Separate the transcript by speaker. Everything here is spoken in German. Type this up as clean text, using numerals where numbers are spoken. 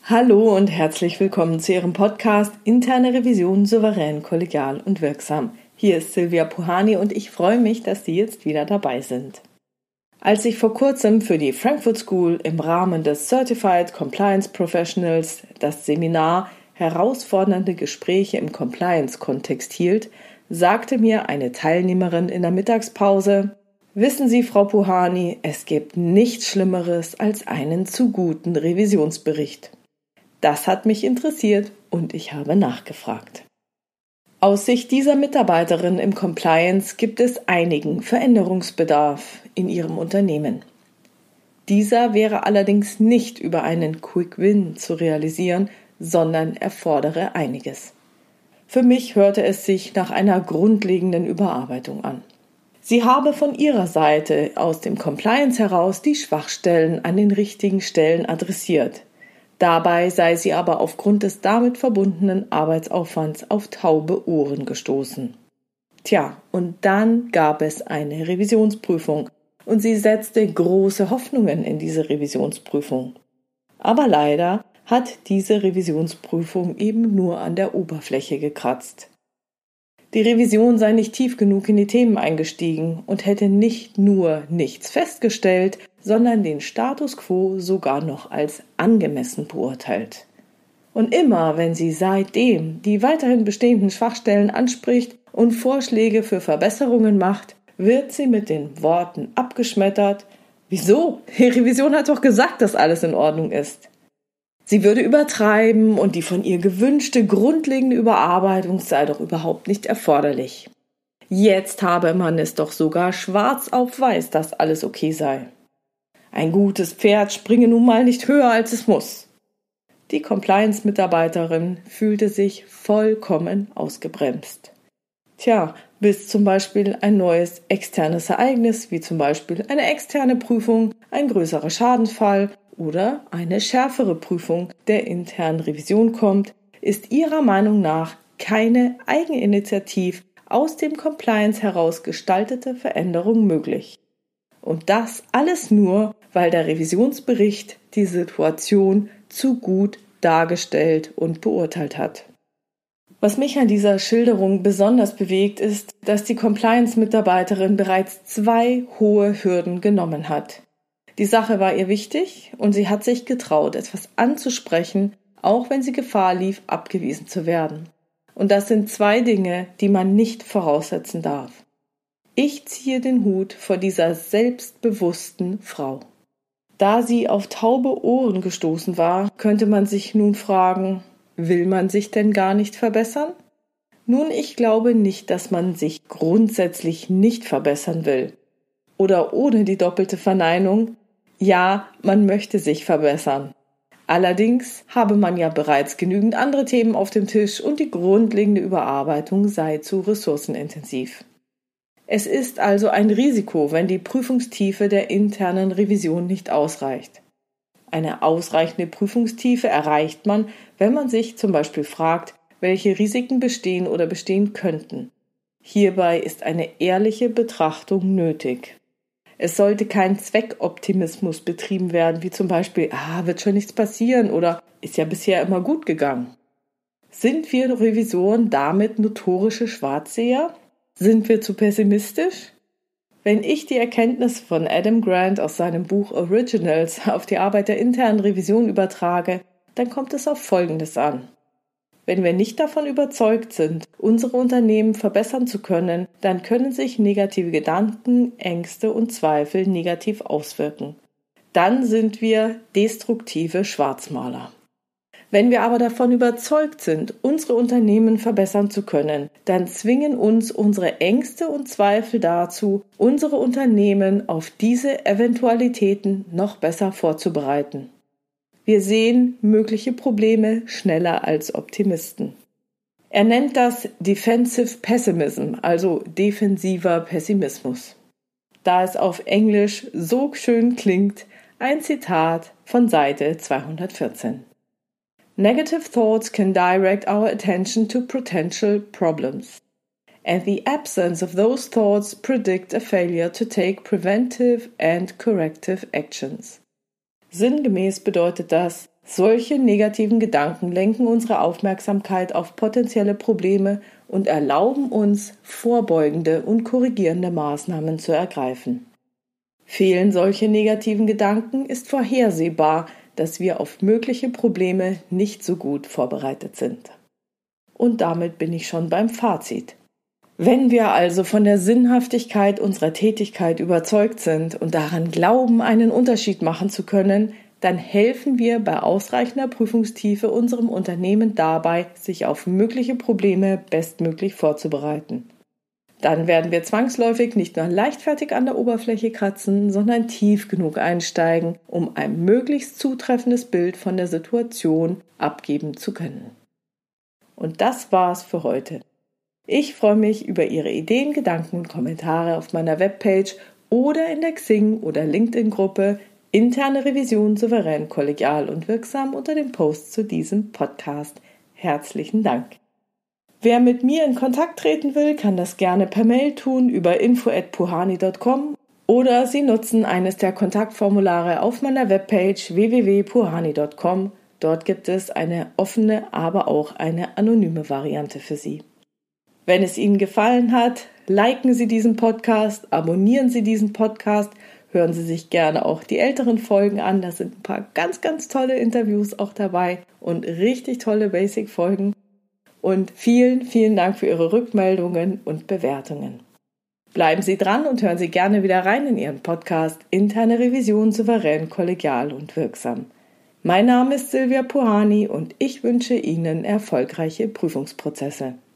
Speaker 1: Hallo und herzlich willkommen zu Ihrem Podcast Interne Revision souverän, kollegial und wirksam. Hier ist Silvia Puhani und ich freue mich, dass Sie jetzt wieder dabei sind. Als ich vor kurzem für die Frankfurt School im Rahmen des Certified Compliance Professionals das Seminar Herausfordernde Gespräche im Compliance-Kontext hielt, sagte mir eine Teilnehmerin in der Mittagspause: Wissen Sie, Frau Puhani, es gibt nichts Schlimmeres als einen zu guten Revisionsbericht. Das hat mich interessiert und ich habe nachgefragt. Aus Sicht dieser Mitarbeiterin im Compliance gibt es einigen Veränderungsbedarf in ihrem Unternehmen. Dieser wäre allerdings nicht über einen Quick Win zu realisieren, sondern erfordere einiges. Für mich hörte es sich nach einer grundlegenden Überarbeitung an. Sie habe von ihrer Seite aus dem Compliance heraus die Schwachstellen an den richtigen Stellen adressiert. Dabei sei sie aber aufgrund des damit verbundenen Arbeitsaufwands auf taube Ohren gestoßen. Tja, und dann gab es eine Revisionsprüfung und sie setzte große Hoffnungen in diese Revisionsprüfung. Aber leider hat diese Revisionsprüfung eben nur an der Oberfläche gekratzt. Die Revision sei nicht tief genug in die Themen eingestiegen und hätte nicht nur nichts festgestellt, sondern den Status quo sogar noch als angemessen beurteilt. Und immer, wenn sie seitdem die weiterhin bestehenden Schwachstellen anspricht und Vorschläge für Verbesserungen macht, wird sie mit den Worten abgeschmettert: Wieso? Die Revision hat doch gesagt, dass alles in Ordnung ist. Sie würde übertreiben und die von ihr gewünschte grundlegende Überarbeitung sei doch überhaupt nicht erforderlich. Jetzt habe man es doch sogar schwarz auf weiß, dass alles okay sei. Ein gutes Pferd springe nun mal nicht höher, als es muss. Die Compliance-Mitarbeiterin fühlte sich vollkommen ausgebremst. Tja, bis zum Beispiel ein neues externes Ereignis, wie zum Beispiel eine externe Prüfung, ein größerer Schadensfall oder eine schärfere Prüfung der internen Revision kommt, ist ihrer Meinung nach keine eigeninitiativ aus dem Compliance heraus gestaltete Veränderung möglich. Und das alles nur, weil der Revisionsbericht die Situation zu gut dargestellt und beurteilt hat. Was mich an dieser Schilderung besonders bewegt, ist, dass die Compliance-Mitarbeiterin bereits 2 hohe Hürden genommen hat. Die Sache war ihr wichtig und sie hat sich getraut, etwas anzusprechen, auch wenn sie Gefahr lief, abgewiesen zu werden. Und das sind 2 Dinge, die man nicht voraussetzen darf. Ich ziehe den Hut vor dieser selbstbewussten Frau. Da sie auf taube Ohren gestoßen war, könnte man sich nun fragen: Will man sich denn gar nicht verbessern? Nun, ich glaube nicht, dass man sich grundsätzlich nicht verbessern will. Oder ohne die doppelte Verneinung: Ja, man möchte sich verbessern. Allerdings habe man ja bereits genügend andere Themen auf dem Tisch und die grundlegende Überarbeitung sei zu ressourcenintensiv. Es ist also ein Risiko, wenn die Prüfungstiefe der internen Revision nicht ausreicht. Eine ausreichende Prüfungstiefe erreicht man, wenn man sich zum Beispiel fragt, welche Risiken bestehen oder bestehen könnten. Hierbei ist eine ehrliche Betrachtung nötig. Es sollte kein Zweckoptimismus betrieben werden, wie zum Beispiel: wird schon nichts passieren oder ist ja bisher immer gut gegangen. Sind wir Revisoren damit notorische Schwarzseher? Sind wir zu pessimistisch? Wenn ich die Erkenntnis von Adam Grant aus seinem Buch Originals auf die Arbeit der internen Revision übertrage, dann kommt es auf Folgendes an. Wenn wir nicht davon überzeugt sind, unsere Unternehmen verbessern zu können, dann können sich negative Gedanken, Ängste und Zweifel negativ auswirken. Dann sind wir destruktive Schwarzmaler. Wenn wir aber davon überzeugt sind, unsere Unternehmen verbessern zu können, dann zwingen uns unsere Ängste und Zweifel dazu, unsere Unternehmen auf diese Eventualitäten noch besser vorzubereiten. Wir sehen mögliche Probleme schneller als Optimisten. Er nennt das Defensive Pessimism, also defensiver Pessimismus. Da es auf Englisch so schön klingt, ein Zitat von Seite 214. Negative thoughts can direct our attention to potential problems, and the absence of those thoughts predict a failure to take preventive and corrective actions. Sinngemäß bedeutet das: Solche negativen Gedanken lenken unsere Aufmerksamkeit auf potenzielle Probleme und erlauben uns, vorbeugende und korrigierende Maßnahmen zu ergreifen. Fehlen solche negativen Gedanken, ist vorhersehbar, dass wir auf mögliche Probleme nicht so gut vorbereitet sind. Und damit bin ich schon beim Fazit. Wenn wir also von der Sinnhaftigkeit unserer Tätigkeit überzeugt sind und daran glauben, einen Unterschied machen zu können, dann helfen wir bei ausreichender Prüfungstiefe unserem Unternehmen dabei, sich auf mögliche Probleme bestmöglich vorzubereiten. Dann werden wir zwangsläufig nicht nur leichtfertig an der Oberfläche kratzen, sondern tief genug einsteigen, um ein möglichst zutreffendes Bild von der Situation abgeben zu können. Und das war's für heute. Ich freue mich über Ihre Ideen, Gedanken und Kommentare auf meiner Webpage oder in der Xing- oder LinkedIn-Gruppe Interne Revision souverän, kollegial und wirksam unter dem Post zu diesem Podcast. Herzlichen Dank. Wer mit mir in Kontakt treten will, kann das gerne per Mail tun über info@puhani.com oder Sie nutzen eines der Kontaktformulare auf meiner Webpage www.puhani.com. Dort gibt es eine offene, aber auch eine anonyme Variante für Sie. Wenn es Ihnen gefallen hat, liken Sie diesen Podcast, abonnieren Sie diesen Podcast, hören Sie sich gerne auch die älteren Folgen an. Da sind ein paar ganz, ganz tolle Interviews auch dabei und richtig tolle Basic-Folgen. Und vielen, vielen Dank für Ihre Rückmeldungen und Bewertungen. Bleiben Sie dran und hören Sie gerne wieder rein in Ihren Podcast Interne Revision souverän, kollegial und wirksam. Mein Name ist Silvia Puhani und ich wünsche Ihnen erfolgreiche Prüfungsprozesse.